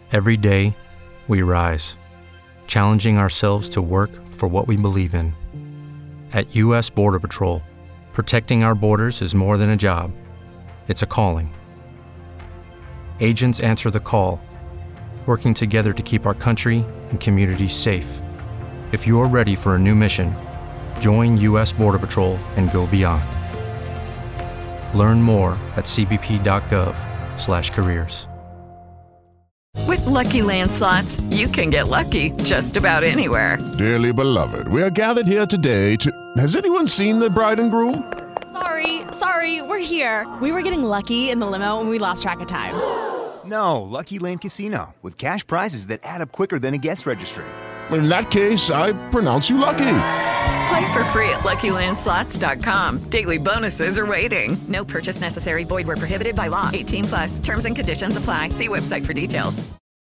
Every day, we rise, challenging ourselves to work for what we believe in. At U.S. Border Patrol, protecting our borders is more than a job. It's a calling. Agents answer the call, working together to keep our country and communities safe. If you're ready for a new mission, join U.S. Border Patrol and go beyond. Learn more at cbp.gov/careers. With Lucky Land Slots, you can get lucky just about anywhere. Dearly beloved, we are gathered here today to... Has anyone seen the bride and groom? Sorry, we're here. We were getting lucky in the limo and we lost track of time. No, Lucky Land Casino, with cash prizes that add up quicker than a guest registry. In that case, I pronounce you lucky. Play for free at LuckyLandSlots.com. Daily bonuses are waiting. No purchase necessary. Void where prohibited by law. 18+. Terms and conditions apply. See website for details.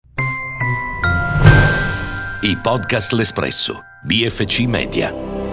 I podcast L'Espresso, BFC Media.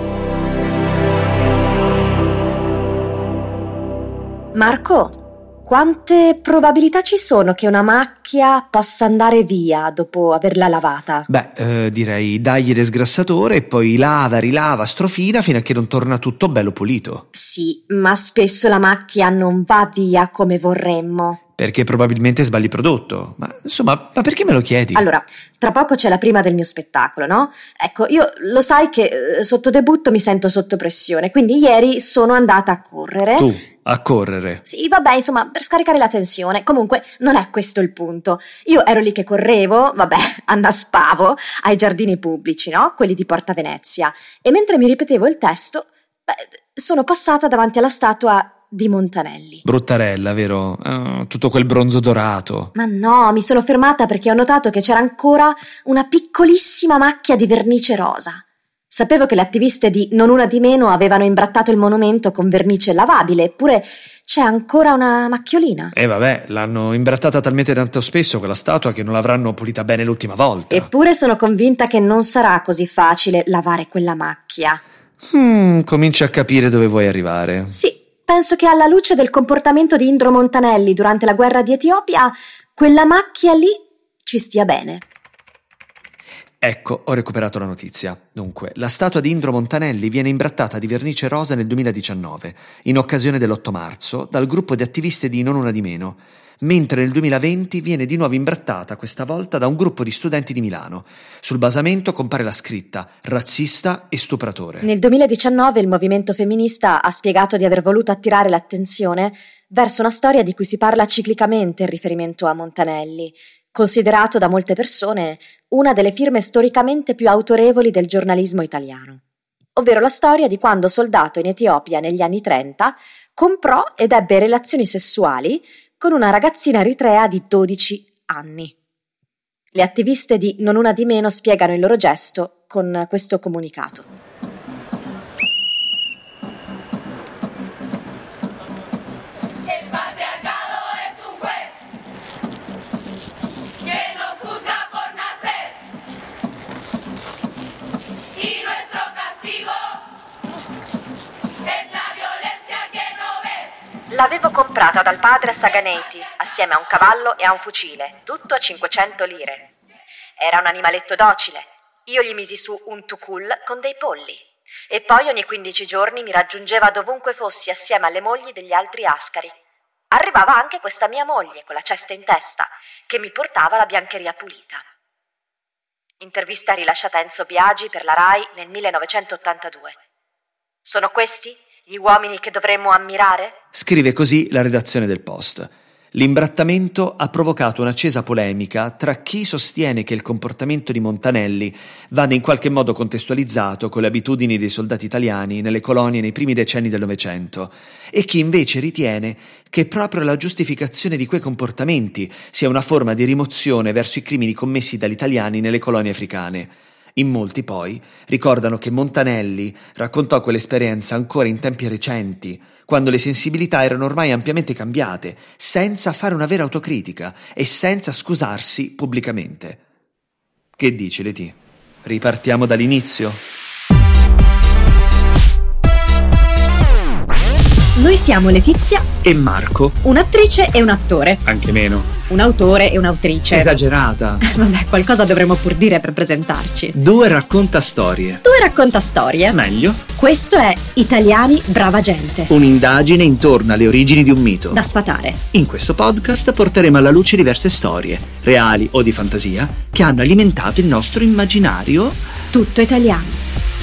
Marco, quante probabilità ci sono che una macchia possa andare via dopo averla lavata? Direi dagli desgrassatore e poi lava, rilava, strofina fino a che non torna tutto bello pulito. Sì, ma spesso la macchia non va via come vorremmo. Perché probabilmente sbagli prodotto. Ma perché me lo chiedi? Allora, tra poco c'è la prima del mio spettacolo, no? Ecco, io lo sai che sotto debutto mi sento sotto pressione, quindi ieri sono andata a correre. Tu, a correre? Sì, vabbè, insomma, per scaricare la tensione. Comunque, non è questo il punto. Io ero lì che correvo, annaspavo ai giardini pubblici, no? Quelli di Porta Venezia. E mentre mi ripetevo il testo, sono passata davanti alla statua di Montanelli. Bruttarella, vero? Tutto quel bronzo dorato. Ma no, mi sono fermata perché ho notato che c'era ancora una piccolissima macchia di vernice rosa. Sapevo che le attiviste di Non Una Di Meno avevano imbrattato il monumento con vernice lavabile, eppure c'è ancora una macchiolina. L'hanno imbrattata talmente tanto spesso quella statua che non l'avranno pulita bene l'ultima volta. Eppure sono convinta che non sarà così facile lavare quella macchia. Cominci a capire dove vuoi arrivare. Sì. Penso che alla luce del comportamento di Indro Montanelli durante la guerra di Etiopia, quella macchia lì ci stia bene. Ecco, ho recuperato la notizia. Dunque, la statua di Indro Montanelli viene imbrattata di vernice rosa nel 2019, in occasione dell'8 marzo, dal gruppo di attiviste di Non Una Di Meno, mentre nel 2020 viene di nuovo imbrattata, questa volta da un gruppo di studenti di Milano. Sul basamento compare la scritta razzista e stupratore. Nel 2019 il movimento femminista ha spiegato di aver voluto attirare l'attenzione verso una storia di cui si parla ciclicamente in riferimento a Montanelli, considerato da molte persone una delle firme storicamente più autorevoli del giornalismo italiano, ovvero la storia di quando soldato in Etiopia negli anni 30 comprò ed ebbe relazioni sessuali con una ragazzina eritrea di 12 anni. Le attiviste di Non Una Di Meno spiegano il loro gesto con questo comunicato. L'avevo comprata dal padre a Saganeti, assieme a un cavallo e a un fucile, tutto a 500 lire. Era un animaletto docile. Io gli misi su un tukul con dei polli. E poi ogni 15 giorni mi raggiungeva dovunque fossi assieme alle mogli degli altri ascari. Arrivava anche questa mia moglie con la cesta in testa, che mi portava la biancheria pulita. Intervista rilasciata a Enzo Biagi per la Rai nel 1982. Sono questi gli uomini che dovremmo ammirare? Scrive così la redazione del Post. L'imbrattamento ha provocato un'accesa polemica tra chi sostiene che il comportamento di Montanelli vada in qualche modo contestualizzato con le abitudini dei soldati italiani nelle colonie nei primi decenni del Novecento e chi invece ritiene che proprio la giustificazione di quei comportamenti sia una forma di rimozione verso i crimini commessi dagli italiani nelle colonie africane. In molti poi ricordano che Montanelli raccontò quell'esperienza ancora in tempi recenti, quando le sensibilità erano ormai ampiamente cambiate, senza fare una vera autocritica e senza scusarsi pubblicamente. Che dici, Leti? Ripartiamo dall'inizio? Noi siamo Letizia e Marco. Un'attrice e un attore. Anche meno. Un autore e un'autrice. Esagerata. Vabbè, qualcosa dovremmo pur dire per presentarci. 2 raccontastorie. 2 raccontastorie. Meglio. Questo è Italiani Brava Gente. Un'indagine intorno alle origini di un mito. Da sfatare. In questo podcast porteremo alla luce diverse storie, reali o di fantasia, che hanno alimentato il nostro immaginario. Tutto italiano.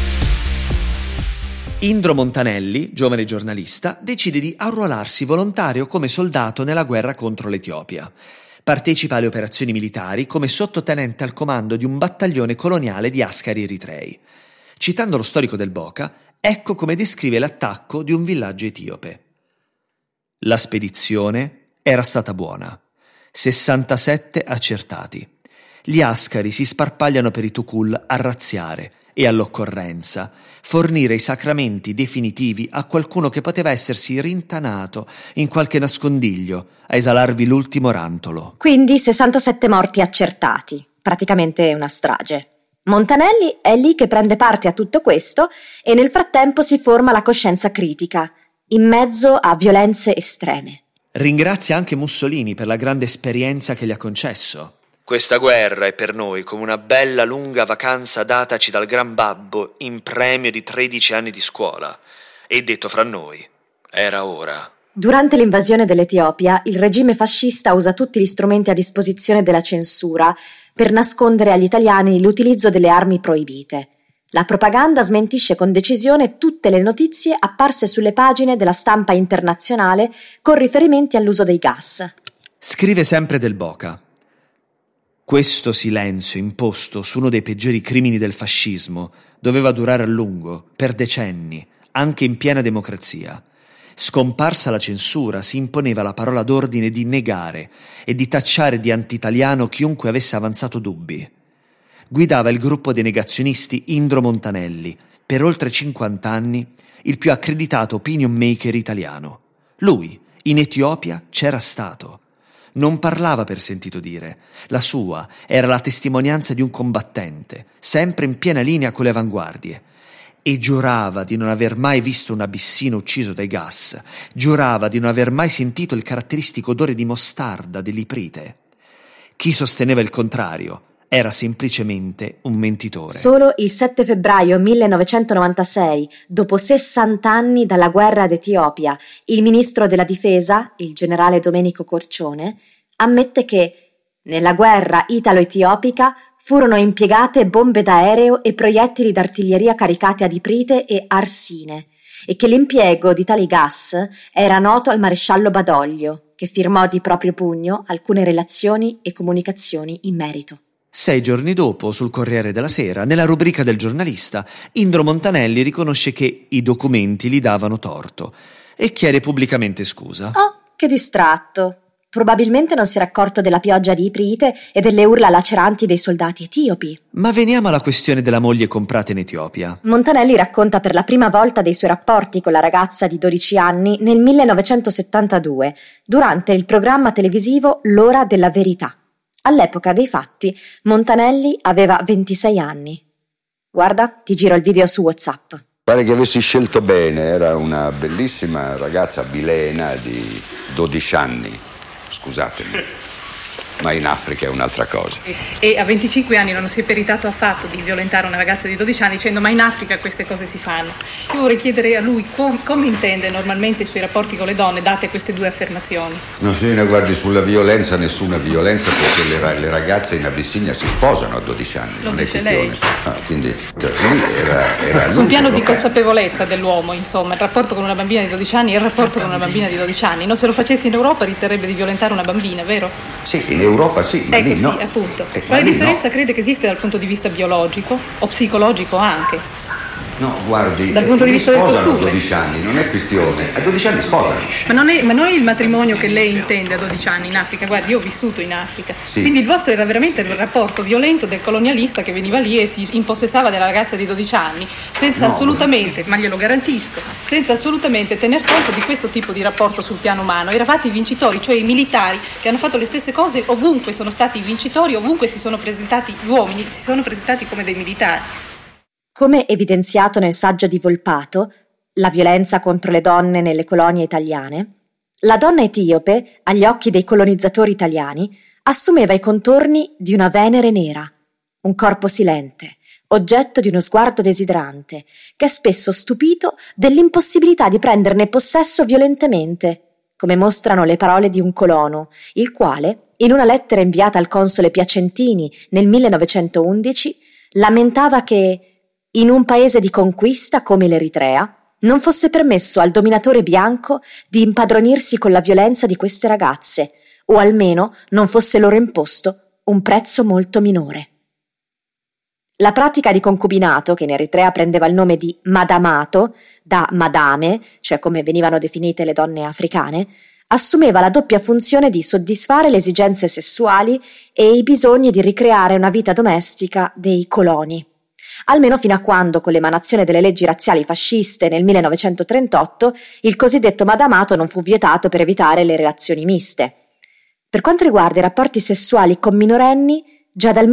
Indro Montanelli, giovane giornalista, decide di arruolarsi volontario come soldato nella guerra contro l'Etiopia. Partecipa alle operazioni militari come sottotenente al comando di un battaglione coloniale di ascari eritrei. Citando lo storico del Boca, ecco come descrive l'attacco di un villaggio etiope. La spedizione era stata buona. 67 accertati. Gli ascari si sparpagliano per i Tukul a razziare e all'occorrenza fornire i sacramenti definitivi a qualcuno che poteva essersi rintanato in qualche nascondiglio a esalarvi l'ultimo rantolo. Quindi 67 morti accertati, praticamente una strage. Montanelli è lì che prende parte a tutto questo e nel frattempo si forma la coscienza critica, in mezzo a violenze estreme. Ringrazia anche Mussolini per la grande esperienza che gli ha concesso. Questa guerra è per noi come una bella lunga vacanza dataci dal Gran Babbo in premio di 13 anni di scuola. E detto fra noi, era ora. Durante l'invasione dell'Etiopia, il regime fascista usa tutti gli strumenti a disposizione della censura per nascondere agli italiani l'utilizzo delle armi proibite. La propaganda smentisce con decisione tutte le notizie apparse sulle pagine della stampa internazionale con riferimenti all'uso dei gas. Scrive sempre Del Boca. Questo silenzio imposto su uno dei peggiori crimini del fascismo doveva durare a lungo, per decenni, anche in piena democrazia. Scomparsa la censura, si imponeva la parola d'ordine di negare e di tacciare di anti-italiano chiunque avesse avanzato dubbi. Guidava il gruppo dei negazionisti Indro Montanelli, per oltre 50 anni il più accreditato opinion maker italiano. Lui, in Etiopia, c'era stato. Non parlava per sentito dire. La sua era la testimonianza di un combattente, sempre in piena linea con le avanguardie. E giurava di non aver mai visto un abissino ucciso dai gas. Giurava di non aver mai sentito il caratteristico odore di mostarda dell'iprite. Chi sosteneva il contrario era semplicemente un mentitore. Solo il 7 febbraio 1996, dopo 60 anni dalla guerra d'Etiopia, il ministro della difesa, il generale Domenico Corcione, ammette che nella guerra italo-etiopica furono impiegate bombe d'aereo e proiettili d'artiglieria caricate ad iprite e arsine e che l'impiego di tali gas era noto al maresciallo Badoglio, che firmò di proprio pugno alcune relazioni e comunicazioni in merito. 6 giorni dopo, sul Corriere della Sera, nella rubrica del giornalista, Indro Montanelli riconosce che i documenti gli davano torto e chiede pubblicamente scusa. Oh, che distratto! Probabilmente non si era accorto della pioggia di iprite e delle urla laceranti dei soldati etiopi. Ma veniamo alla questione della moglie comprata in Etiopia. Montanelli racconta per la prima volta dei suoi rapporti con la ragazza di 12 anni nel 1972, durante il programma televisivo L'Ora della Verità. All'epoca dei fatti, Montanelli aveva 26 anni. Guarda, ti giro il video su WhatsApp. Pare che avessi scelto bene, era una bellissima ragazza bilena di 12 anni, scusatemi, ma in Africa è un'altra cosa. E a 25 anni non si è peritato affatto di violentare una ragazza di 12 anni dicendo ma in Africa queste cose si fanno. Io vorrei chiedere a lui come intende normalmente i suoi rapporti con le donne date queste 2 affermazioni. No, signorina, guardi, sulla violenza nessuna violenza perché le ragazze in Abissinia si sposano a 12 anni, Lo non è dice questione. lei. Quindi lui era Su un piano di l'unico, consapevolezza dell'uomo, insomma, il rapporto con una bambina di 12 anni è il rapporto con una bambina di 12 anni. No, se lo facesse in Europa riterrebbe di violentare una bambina, vero? Sì, in Europa sì, ma lì no. Sì, appunto. Quale differenza crede che esiste dal punto di vista biologico o psicologico anche? No, guardi, Dal punto di vista del sposano a costume. 12 anni, non è questione. A 12 anni sposano. Ma non è il matrimonio che lei intende a 12 anni in Africa. Guardi, io ho vissuto in Africa. Sì. Quindi il vostro era veramente il rapporto violento del colonialista che veniva lì e si impossessava della ragazza di 12 anni, senza No. assolutamente, ma glielo garantisco, senza assolutamente tener conto di questo tipo di rapporto sul piano umano. Eravate i vincitori, cioè i militari che hanno fatto le stesse cose ovunque, sono stati i vincitori, ovunque si sono presentati gli uomini, si sono presentati come dei militari. Come evidenziato nel saggio di Volpato, la violenza contro le donne nelle colonie italiane, la donna etiope, agli occhi dei colonizzatori italiani, assumeva i contorni di una Venere nera, un corpo silente, oggetto di uno sguardo desiderante, che è spesso stupito dell'impossibilità di prenderne possesso violentemente, come mostrano le parole di un colono, il quale, in una lettera inviata al console Piacentini nel 1911, lamentava che, in un paese di conquista come l'Eritrea, non fosse permesso al dominatore bianco di impadronirsi con la violenza di queste ragazze, o almeno non fosse loro imposto un prezzo molto minore. La pratica di concubinato, che in Eritrea prendeva il nome di madamato, da madame, cioè come venivano definite le donne africane, assumeva la doppia funzione di soddisfare le esigenze sessuali e i bisogni di ricreare una vita domestica dei coloni. Almeno fino a quando, con l'emanazione delle leggi razziali fasciste nel 1938, il cosiddetto madamato non fu vietato per evitare le relazioni miste. Per quanto riguarda i rapporti sessuali con minorenni, già dal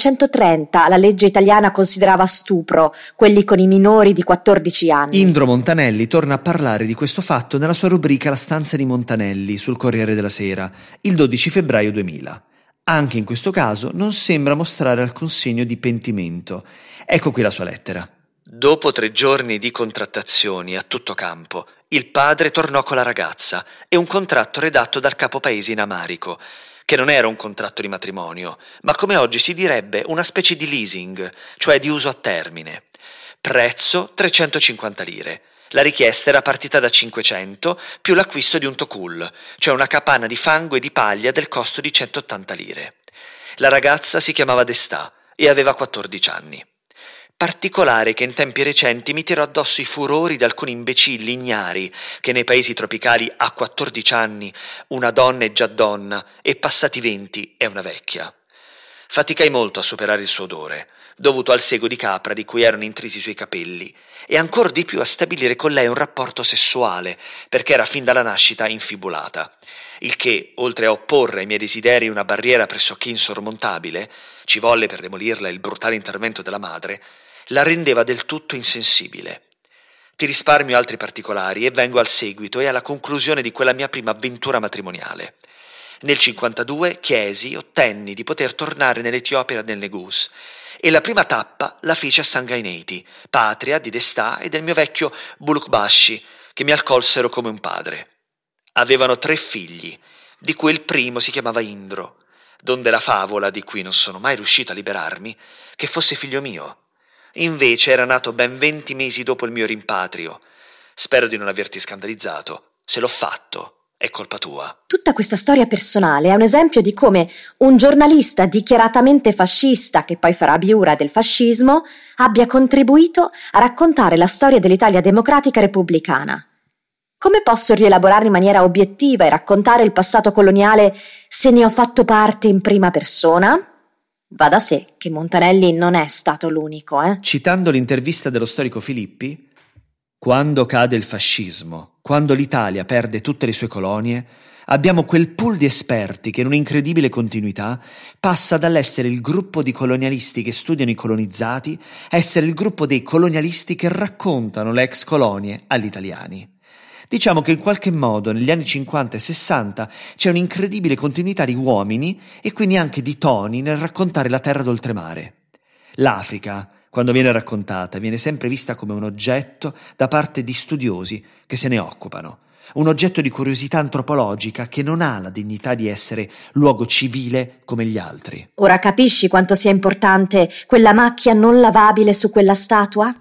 1930 la legge italiana considerava stupro quelli con i minori di 14 anni. Indro Montanelli torna a parlare di questo fatto nella sua rubrica La stanza di Montanelli sul Corriere della Sera, il 12 febbraio 2000. Anche in questo caso non sembra mostrare alcun segno di pentimento. Ecco qui la sua lettera. Dopo 3 giorni di contrattazioni a tutto campo, il padre tornò con la ragazza e un contratto redatto dal capo paese in Amarico, che non era un contratto di matrimonio, ma come oggi si direbbe una specie di leasing, cioè di uso a termine. Prezzo 350 lire. La richiesta era partita da 500 più l'acquisto di un tokul, cioè una capanna di fango e di paglia del costo di 180 lire. La ragazza si chiamava Destà e aveva 14 anni. Particolare che in tempi recenti mi tirò addosso i furori di alcuni imbecilli ignari che nei paesi tropicali a 14 anni una donna è già donna e passati 20 è una vecchia. Faticai molto a superare il suo odore, dovuto al sego di capra di cui erano intrisi i suoi capelli, e ancor di più a stabilire con lei un rapporto sessuale, perché era fin dalla nascita infibulata, il che, oltre a opporre ai miei desideri una barriera pressoché insormontabile, ci volle per demolirla il brutale intervento della madre, la rendeva del tutto insensibile. Ti risparmio altri particolari e vengo al seguito e alla conclusione di quella mia prima avventura matrimoniale. Nel 52 ottenni di poter tornare nell'Etiopia del Negus, e la prima tappa la feci a Sangaineti, patria di Destà e del mio vecchio Bulukbashi, che mi accolsero come un padre. Avevano 3 figli, di cui il primo si chiamava Indro, donde la favola, di cui non sono mai riuscito a liberarmi, che fosse figlio mio. Invece era nato ben 20 mesi dopo il mio rimpatrio. Spero di non averti scandalizzato. Se l'ho fatto, è colpa tua. Tutta questa storia personale è un esempio di come un giornalista dichiaratamente fascista, che poi farà biura del fascismo, abbia contribuito a raccontare la storia dell'Italia democratica repubblicana. Come posso rielaborare in maniera obiettiva e raccontare il passato coloniale se ne ho fatto parte in prima persona? Va da sé che Montanelli non è stato l'unico, Citando l'intervista dello storico Filippi, quando cade il fascismo, quando l'Italia perde tutte le sue colonie, abbiamo quel pool di esperti che in un'incredibile continuità passa dall'essere il gruppo di colonialisti che studiano i colonizzati a essere il gruppo dei colonialisti che raccontano le ex colonie agli italiani. Diciamo che in qualche modo negli anni 50 e 60 c'è un'incredibile continuità di uomini e quindi anche di toni nel raccontare la terra d'oltremare. L'Africa, quando viene raccontata, viene sempre vista come un oggetto da parte di studiosi che se ne occupano, un oggetto di curiosità antropologica che non ha la dignità di essere luogo civile come gli altri. Ora capisci quanto sia importante quella macchia non lavabile su quella statua?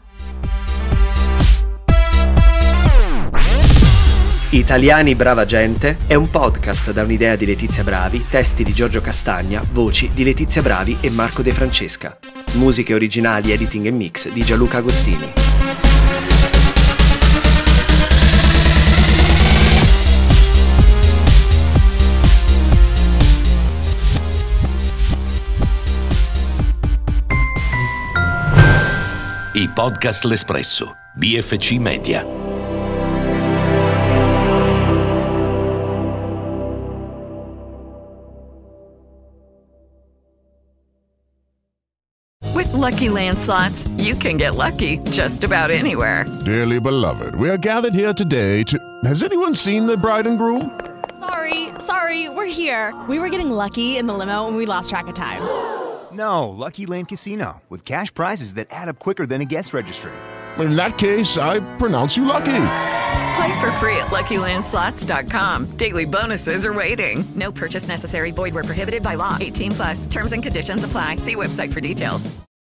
Italiani brava gente è un podcast da un'idea di Letizia Bravi, testi di Giorgio Castagna, voci di Letizia Bravi e Marco De Francesca. Musiche originali, editing e mix di Gianluca Agostini. I podcast L'Espresso, BFC Media. With Lucky Land Slots, you can get lucky just about anywhere. Dearly beloved, we are gathered here today to... Has anyone seen the bride and groom? Sorry, we're here. We were getting lucky in the limo and we lost track of time. No, Lucky Land Casino, with cash prizes that add up quicker than a guest registry. In that case, I pronounce you lucky. Play for free at LuckyLandSlots.com. Daily bonuses are waiting. No purchase necessary. Void where prohibited by law. 18+. Terms and conditions apply. See website for details.